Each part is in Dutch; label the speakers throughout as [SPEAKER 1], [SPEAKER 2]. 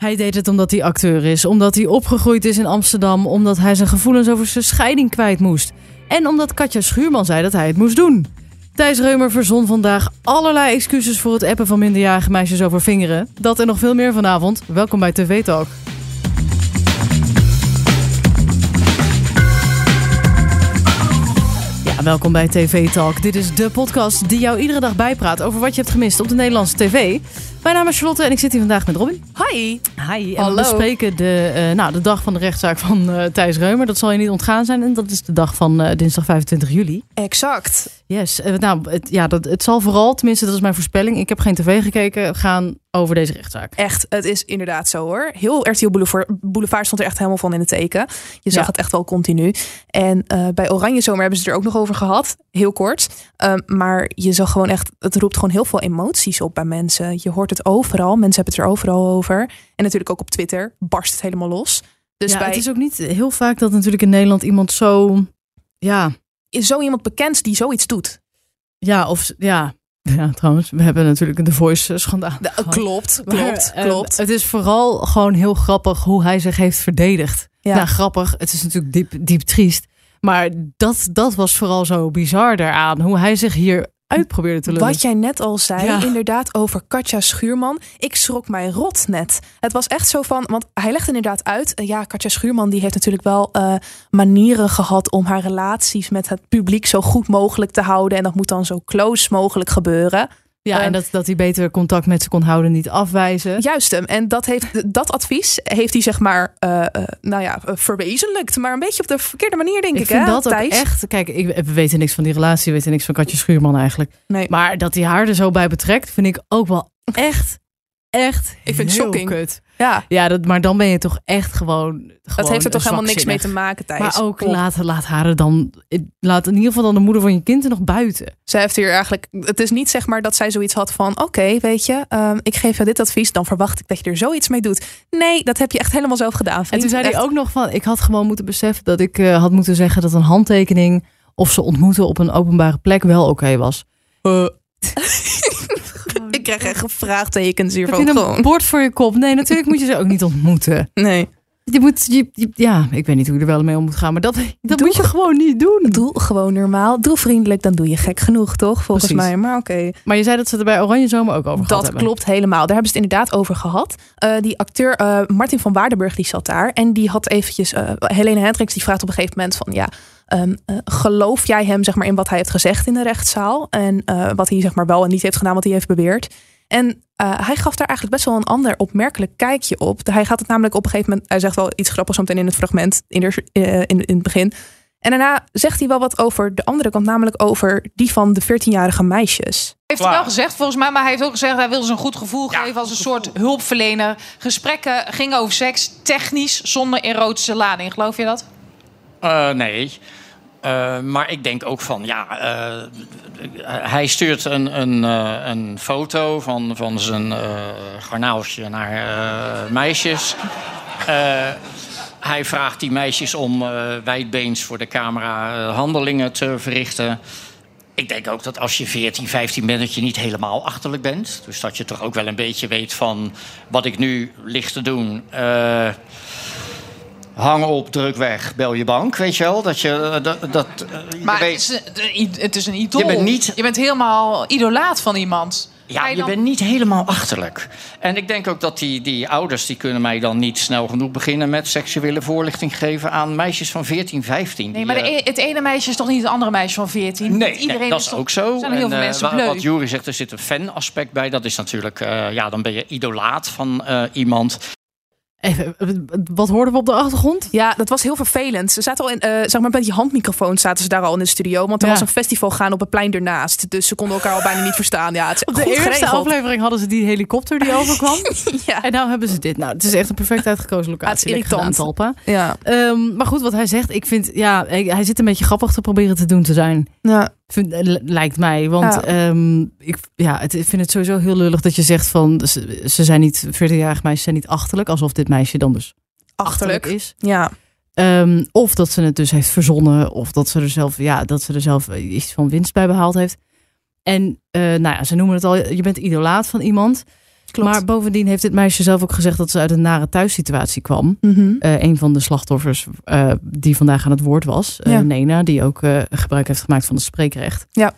[SPEAKER 1] Hij deed het omdat hij acteur is, omdat hij opgegroeid is in Amsterdam, omdat hij zijn gevoelens over zijn scheiding kwijt moest. En omdat Katja Schuurman zei dat hij het moest doen. Thijs Reumer verzon vandaag allerlei excuses voor het appen van minderjarige meisjes over vingeren. Dat en nog veel meer vanavond. Welkom bij TV Talk. Welkom bij TV Talk. Dit is de podcast die jou iedere dag bijpraat over wat je hebt gemist op de Nederlandse tv. Mijn naam is Charlotte en ik zit hier vandaag met Robin.
[SPEAKER 2] Hi.
[SPEAKER 1] Hi. En we bespreken de dag van de rechtszaak van Thijs Reumer. Dat zal je niet ontgaan zijn. En dat is de dag van dinsdag 25 juli.
[SPEAKER 2] Exact.
[SPEAKER 1] Yes. Het zal vooral, tenminste dat is mijn voorspelling. Ik heb geen tv gekeken, gaan over deze rechtszaak.
[SPEAKER 2] Echt, het is inderdaad zo hoor. Heel RTL Boulevard stond er echt helemaal van in het teken. Je zag het echt wel continu. En bij Oranje Zomer hebben ze het er ook nog over gehad. Heel kort. Maar je zag gewoon echt, het roept gewoon heel veel emoties op bij mensen. Je hoort het overal. Mensen hebben het er overal over. En natuurlijk ook op Twitter barst het helemaal los. Dus
[SPEAKER 1] het is ook niet heel vaak dat natuurlijk in Nederland iemand zo...
[SPEAKER 2] Is zo iemand bekend die zoiets doet?
[SPEAKER 1] Ja, trouwens, we hebben natuurlijk de Voice-schandaal.
[SPEAKER 2] Klopt.
[SPEAKER 1] Het is vooral gewoon heel grappig hoe hij zich heeft verdedigd. Ja. Nou, grappig. Het is natuurlijk diep triest. Maar dat was vooral zo bizar daaraan. Hoe hij zich hier uit probeerde te lullen.
[SPEAKER 2] Wat jij net al zei, inderdaad, over Katja Schuurman. Ik schrok mij rot net. Het was echt zo van, want hij legt inderdaad uit. Katja Schuurman die heeft natuurlijk wel manieren gehad om haar relaties met het publiek zo goed mogelijk te houden. En dat moet dan zo close mogelijk gebeuren.
[SPEAKER 1] Ja, en dat hij beter contact met ze kon houden, niet afwijzen.
[SPEAKER 2] Juist hem. En dat advies heeft hij zeg maar verwezenlijkt. Maar een beetje op de verkeerde manier, denk ik.
[SPEAKER 1] Ik vind dat ook echt... Kijk, we weten niks van die relatie. We weten niks van Katja Schuurman eigenlijk. Nee. Maar dat hij haar er zo bij betrekt, vind ik ook wel echt ik vind het shocking. Kut. Ja, maar dan ben je toch echt gewoon
[SPEAKER 2] dat heeft er toch helemaal niks mee te maken, Thijs.
[SPEAKER 1] Maar ook laat haar er dan... Laat in ieder geval dan de moeder van je kind er nog buiten.
[SPEAKER 2] Zij heeft hier eigenlijk... Het is niet zeg maar dat zij zoiets had van... Oké, weet je, ik geef je dit advies. Dan verwacht ik dat je er zoiets mee doet. Nee, dat heb je echt helemaal zelf gedaan.
[SPEAKER 1] En toen zei hij ook nog van... Ik had gewoon moeten beseffen dat ik had moeten zeggen... dat een handtekening of ze ontmoeten op een openbare plek wel oké was.
[SPEAKER 2] Ik krijg echt vraagtekens hiervan.
[SPEAKER 1] Heb je een bord voor je kop? Nee, natuurlijk moet je ze ook niet ontmoeten.
[SPEAKER 2] Nee.
[SPEAKER 1] Ik weet niet hoe je er wel mee om moet gaan, maar dat moet je gewoon niet doen.
[SPEAKER 2] Doe gewoon normaal. Doe vriendelijk, dan doe je gek genoeg, toch? Volgens mij, maar oké.
[SPEAKER 1] Maar je zei dat ze er bij Oranje Zomer ook over gehad hebben.
[SPEAKER 2] Dat klopt helemaal. Daar hebben ze het inderdaad over gehad. Die acteur Martin van Waardenburg, die zat daar. En die had eventjes... Helene Hendricks, die vraagt op een gegeven moment van... geloof jij hem zeg maar in wat hij heeft gezegd in de rechtszaal? En wat hij zeg maar wel en niet heeft gedaan, wat hij heeft beweerd. En hij gaf daar eigenlijk best wel een ander opmerkelijk kijkje op. Hij gaat het namelijk op een gegeven moment... Hij zegt wel iets grappigs zometeen in het fragment in het begin. En daarna zegt hij wel wat over de andere kant. Namelijk over die van de 14-jarige meisjes.
[SPEAKER 3] Heeft hij wel gezegd volgens mij. Maar hij heeft ook gezegd hij wilde ze een goed gevoel geven als een soort hulpverlener. Gesprekken gingen over seks. Technisch, zonder erotische lading. Geloof je dat?
[SPEAKER 4] Nee. Maar ik denk ook van, hij stuurt een foto van zijn garnaaltje naar meisjes. Hij vraagt die meisjes om wijdbeens voor de camera handelingen te verrichten. Ik denk ook dat als je 14, 15 bent, dat je niet helemaal achterlijk bent. Dus dat je toch ook wel een beetje weet van wat ik nu ligt te doen... Hang op, druk weg, bel je bank, weet je wel?
[SPEAKER 3] Maar het is een idool. Je bent helemaal idolaat van iemand.
[SPEAKER 4] Ja, je bent niet helemaal achterlijk. En ik denk ook dat die ouders... die kunnen mij dan niet snel genoeg beginnen... met seksuele voorlichting geven aan meisjes van 14, 15.
[SPEAKER 3] Nee, maar het ene meisje is toch niet het andere meisje van 14?
[SPEAKER 4] Nee, dat is ook zo.
[SPEAKER 3] Er zijn heel veel mensen bleu.
[SPEAKER 4] Wat Jury zegt, er zit een fan-aspect bij. Dat is natuurlijk... dan ben je idolaat van iemand...
[SPEAKER 1] Even, wat hoorden we op de achtergrond?
[SPEAKER 2] Ja, dat was heel vervelend. Ze zaten al in, zeg maar met die handmicrofoon zaten ze daar al in de studio. Want er was een festival gaan op het plein ernaast. Dus ze konden elkaar al bijna niet verstaan. Ja, het is
[SPEAKER 1] op de eerste aflevering hadden ze die helikopter die overkwam. En nou hebben ze dit. Nou, het is echt een perfect uitgekozen locatie.
[SPEAKER 2] Het is irritant.
[SPEAKER 1] Talpa.
[SPEAKER 2] Ja.
[SPEAKER 1] Maar goed, wat hij zegt, ik vind, hij zit een beetje grappig te proberen te doen te zijn.
[SPEAKER 2] Ja.
[SPEAKER 1] Lijkt mij. Want ik vind het sowieso heel lullig dat je zegt van ze zijn niet 14-jarige meisjes zijn niet achterlijk, alsof dit meisje dan dus achterlijk is.
[SPEAKER 2] Ja.
[SPEAKER 1] Of dat ze het dus heeft verzonnen, of dat ze er zelf iets van winst bij behaald heeft. En ze noemen het al, je bent idolaat van iemand.
[SPEAKER 2] Klopt.
[SPEAKER 1] Maar bovendien heeft dit meisje zelf ook gezegd dat ze uit een nare thuissituatie kwam. Een van de slachtoffers die vandaag aan het woord was, Nena, die ook gebruik heeft gemaakt van het spreekrecht.
[SPEAKER 2] Ja.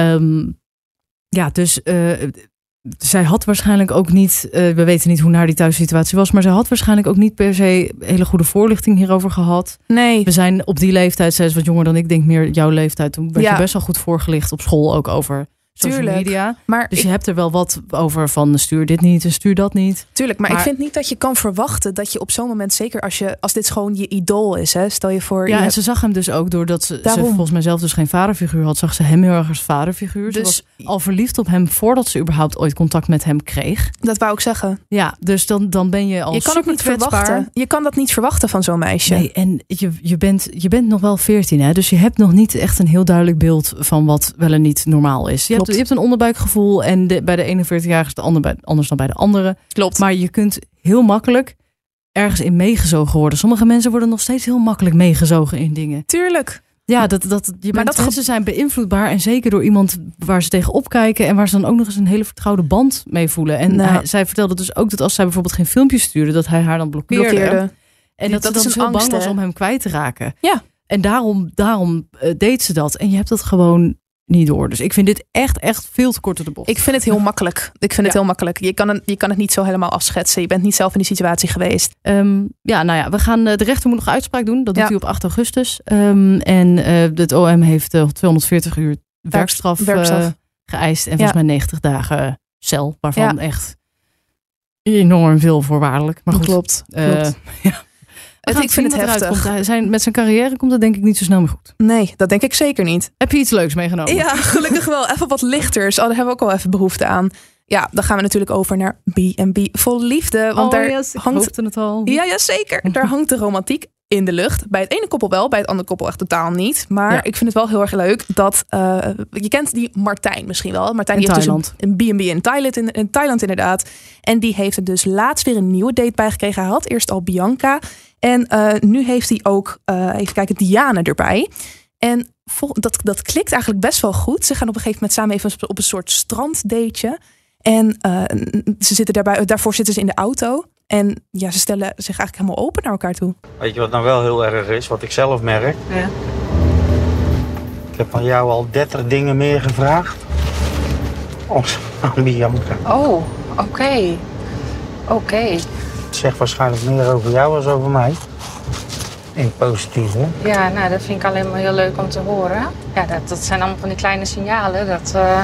[SPEAKER 1] Dus zij had waarschijnlijk ook niet, we weten niet hoe naar die thuissituatie was, maar zij had waarschijnlijk ook niet per se hele goede voorlichting hierover gehad.
[SPEAKER 2] Nee.
[SPEAKER 1] We zijn op die leeftijd, zij is wat jonger dan ik, denk meer jouw leeftijd. Toen werd je best wel goed voorgelicht op school ook over social media.
[SPEAKER 2] Maar
[SPEAKER 1] dus je hebt er wel wat over van stuur dit niet en stuur dat niet.
[SPEAKER 2] Tuurlijk, maar ik vind niet dat je kan verwachten dat je op zo'n moment, zeker als dit gewoon je idool is, hè, stel je voor.
[SPEAKER 1] Ja, en ze zag hem dus ook doordat ze volgens mij zelf dus geen vaderfiguur had, zag ze hem heel erg als vaderfiguur. Ze was al verliefd op hem voordat ze überhaupt ooit contact met hem kreeg.
[SPEAKER 2] Dat wou ik zeggen.
[SPEAKER 1] Ja, dus dan ben je al
[SPEAKER 2] je kan
[SPEAKER 1] super
[SPEAKER 2] ook niet
[SPEAKER 1] kwetsbaar.
[SPEAKER 2] Verwachten. Je kan dat niet verwachten van zo'n meisje.
[SPEAKER 1] Nee, en je bent nog wel 14, hè? Dus je hebt nog niet echt een heel duidelijk beeld van wat wel en niet normaal is. Je hebt een onderbuikgevoel en bij de 41-jarige is de anders dan bij de andere.
[SPEAKER 2] Klopt.
[SPEAKER 1] Maar je kunt heel makkelijk ergens in meegezogen worden. Sommige mensen worden nog steeds heel makkelijk meegezogen in dingen.
[SPEAKER 2] Tuurlijk.
[SPEAKER 1] Ja, mensen zijn beïnvloedbaar en zeker door iemand waar ze tegen opkijken en waar ze dan ook nog eens een hele vertrouwde band mee voelen. En zij vertelde dus ook dat als zij bijvoorbeeld geen filmpjes stuurde, dat hij haar dan blokkeerde. En dat ze dan heel bang was om hem kwijt te raken.
[SPEAKER 2] Ja.
[SPEAKER 1] En daarom deed ze dat. En je hebt dat gewoon niet door. Dus ik vind dit echt veel te kort door de bocht.
[SPEAKER 2] Ik vind het heel makkelijk. Het heel makkelijk. Je kan het niet zo helemaal afschetsen. Je bent niet zelf in die situatie geweest.
[SPEAKER 1] De rechter moet nog uitspraak doen. Dat doet hij op 8 augustus. Het OM heeft 240 uur werkstraf geëist. En volgens mij 90 dagen cel. Waarvan echt enorm veel voorwaardelijk. Maar goed.
[SPEAKER 2] Klopt.
[SPEAKER 1] Ik vind het heftig. Met zijn carrière komt het denk ik niet zo snel meer goed.
[SPEAKER 2] Nee, dat denk ik zeker niet.
[SPEAKER 1] Heb je iets leuks meegenomen?
[SPEAKER 2] Ja, gelukkig wel. Even wat lichters. Daar hebben we ook wel even behoefte aan. Ja, dan gaan we natuurlijk over naar B&B vol liefde. Want daar hangt
[SPEAKER 1] het al.
[SPEAKER 2] Ja, zeker. Daar hangt de romantiek in de lucht. Bij het ene koppel wel, bij het andere koppel echt totaal niet. Maar ik vind het wel heel erg leuk dat je kent die Martijn misschien wel. Martijn die heeft dus een B&B in Thailand inderdaad. En die heeft er dus laatst weer een nieuwe date bij gekregen. Hij had eerst al Bianca. En nu heeft hij ook, even kijken, Diane erbij. En dat klikt eigenlijk best wel goed. Ze gaan op een gegeven moment samen even op een soort stranddateje. En ze zitten daarvoor zitten ze in de auto. En ja, ze stellen zich eigenlijk helemaal open naar elkaar toe.
[SPEAKER 5] Weet je wat nou wel heel erg is, wat ik zelf merk?
[SPEAKER 3] Ja.
[SPEAKER 5] Ik heb van jou al 30 dingen meer gevraagd. Aan Bianca.
[SPEAKER 3] Oh, oké.
[SPEAKER 5] Het zegt waarschijnlijk meer over jou als over mij. In positief, hè?
[SPEAKER 6] Ja, nou, dat vind ik alleen maar heel leuk om te horen. Ja, dat zijn allemaal van die kleine signalen.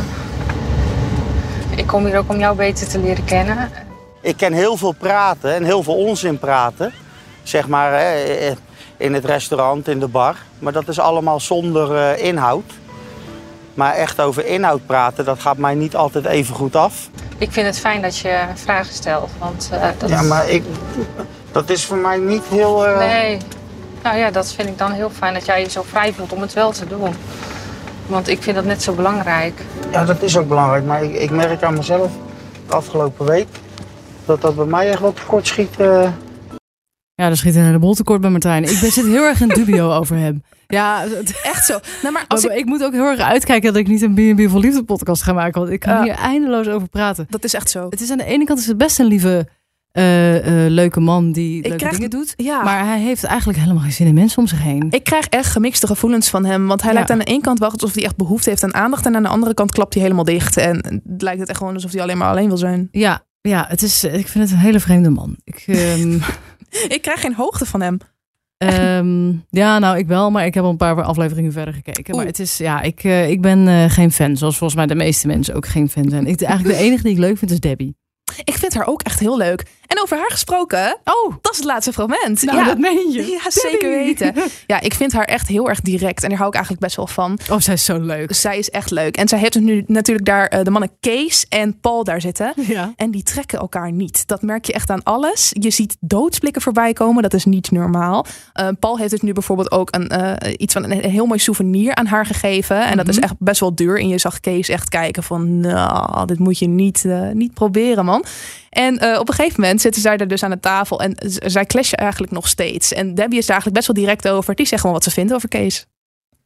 [SPEAKER 6] Ik kom hier ook om jou beter te leren kennen.
[SPEAKER 5] Ik ken heel veel praten en heel veel onzin praten. Zeg maar in het restaurant, in de bar. Maar dat is allemaal zonder inhoud. Maar echt over inhoud praten, dat gaat mij niet altijd even goed af.
[SPEAKER 6] Ik vind het fijn dat je vragen stelt. Want,
[SPEAKER 5] Ja, maar dat is voor mij niet heel...
[SPEAKER 6] Nee, nou ja, dat vind ik dan heel fijn dat jij je zo vrij voelt om het wel te doen. Want ik vind dat net zo belangrijk.
[SPEAKER 5] Ja, dat is ook belangrijk. Maar ik merk aan mezelf de afgelopen week dat bij mij echt wat tekort schiet.
[SPEAKER 1] Ja, er schiet een heleboel tekort bij Martijn. Ik zit heel erg in dubio over hem. Ja,
[SPEAKER 2] echt zo. Nou, maar
[SPEAKER 1] ik moet ook heel erg uitkijken dat ik niet een B&B voor Liefde podcast ga maken. Want ik kan hier eindeloos over praten.
[SPEAKER 2] Dat is echt zo.
[SPEAKER 1] Het is aan de ene kant is het best een lieve, leuke man die leuke dingen doet.
[SPEAKER 2] Ja.
[SPEAKER 1] Maar hij heeft eigenlijk helemaal geen zin in mensen om zich heen.
[SPEAKER 2] Ik krijg echt gemixte gevoelens van hem. Want hij lijkt aan de ene kant wel alsof hij echt behoefte heeft aan aandacht. En aan de andere kant klapt hij helemaal dicht. En lijkt het echt gewoon alsof hij alleen maar alleen wil zijn.
[SPEAKER 1] Ja, ik vind het een hele vreemde man.
[SPEAKER 2] Ik krijg geen hoogte van hem.
[SPEAKER 1] Ja, nou, ik wel, maar ik heb al een paar afleveringen verder gekeken. Maar het is, ik ben geen fan, zoals volgens mij de meeste mensen ook geen fan zijn. Eigenlijk de enige die ik leuk vind is Debbie.
[SPEAKER 2] Ik vind haar ook echt heel leuk. En over haar gesproken, dat is het laatste fragment.
[SPEAKER 1] Nou, dat meen je.
[SPEAKER 2] Ja, zeker weten. Ja, ik vind haar echt heel erg direct. En daar hou ik eigenlijk best wel van.
[SPEAKER 1] Oh, zij is zo leuk.
[SPEAKER 2] Zij is echt leuk. En zij heeft dus nu natuurlijk daar de mannen Kees en Paul daar zitten.
[SPEAKER 1] Ja.
[SPEAKER 2] En die trekken elkaar niet. Dat merk je echt aan alles. Je ziet doodsblikken voorbij komen. Dat is niet normaal. Paul heeft dus nu bijvoorbeeld ook iets van een heel mooi souvenir aan haar gegeven. En dat is echt best wel duur. En je zag Kees echt kijken van, nou, dit moet je niet proberen, man. En op een gegeven moment zitten zij er dus aan de tafel en zij clashen eigenlijk nog steeds. En Debbie is daar eigenlijk best wel direct over. Die zegt gewoon wat ze vindt over Kees.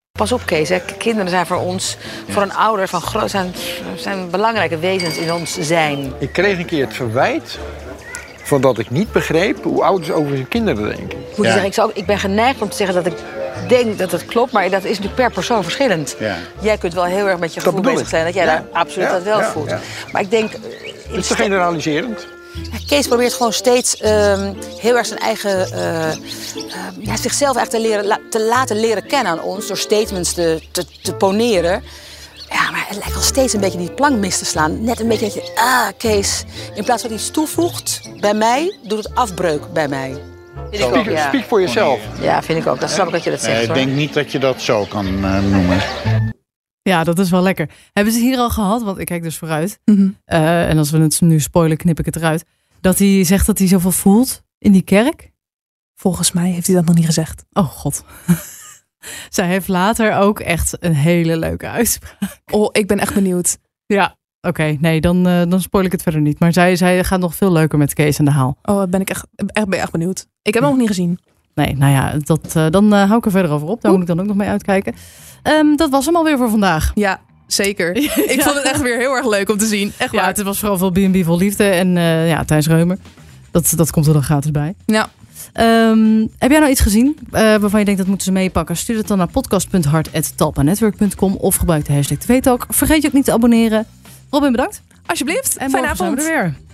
[SPEAKER 7] Pas op, Kees. Hè. Kinderen zijn voor ons, voor een ouder, zijn belangrijke wezens in ons zijn.
[SPEAKER 8] Ik kreeg een keer het verwijt van dat ik niet begreep hoe ouders over hun kinderen denken.
[SPEAKER 7] Ik moet zeggen, ik ben geneigd om te zeggen dat ik denk dat het klopt, maar dat is natuurlijk per persoon verschillend. Ja. Jij kunt wel heel erg met je gevoel bezig zijn, dat jij daar absoluut dat wel voelt. Ja. Maar ik denk...
[SPEAKER 8] Het is te generaliserend.
[SPEAKER 7] Kees probeert gewoon steeds heel erg zijn eigen, zichzelf eigenlijk te laten leren kennen aan ons door statements te poneren. Ja, maar het lijkt wel steeds een beetje die plank mis te slaan. Net een beetje dat je, Kees, in plaats van iets toevoegt bij mij, doet het afbreuk bij mij.
[SPEAKER 8] Speak voor jezelf.
[SPEAKER 7] Ja, vind ik ook. Dat snap ik dat je dat zegt.
[SPEAKER 9] Ik denk niet dat je dat zo kan noemen.
[SPEAKER 1] Ja, dat is wel lekker. Hebben ze het hier al gehad? Want ik kijk dus vooruit. Mm-hmm. En als we het nu spoilen, knip ik het eruit. Dat hij zegt dat hij zoveel voelt in die kerk?
[SPEAKER 2] Volgens mij heeft hij dat nog niet gezegd.
[SPEAKER 1] Oh god. Zij heeft later ook echt een hele leuke uitspraak.
[SPEAKER 2] Oh, ik ben echt benieuwd.
[SPEAKER 1] Ja, oké. Nee, dan spoil ik het verder niet. Maar zij gaat nog veel leuker met Kees aan de haal.
[SPEAKER 2] Oh, ben ik echt benieuwd. Ik heb hem nog niet gezien.
[SPEAKER 1] Nee, nou ja, dan hou ik er verder over op. Daar moet ik dan ook nog mee uitkijken. Dat was hem alweer voor vandaag.
[SPEAKER 2] Ja, zeker. Ik vond het echt weer heel erg leuk om te zien. Echt waar.
[SPEAKER 1] Ja, het was vooral veel B&B vol liefde. En Thijs Reumer. Dat komt er dan gratis bij.
[SPEAKER 2] Ja.
[SPEAKER 1] Heb jij nou iets gezien waarvan je denkt dat moeten ze meepakken? Stuur het dan naar podcast.hart@talpanetwerk.com of gebruik de hashtag TVTalk. Vergeet je ook niet te abonneren. Robin, bedankt.
[SPEAKER 2] Alsjeblieft.
[SPEAKER 1] En
[SPEAKER 2] fijne
[SPEAKER 1] morgen
[SPEAKER 2] avond.
[SPEAKER 1] zijn we er weer.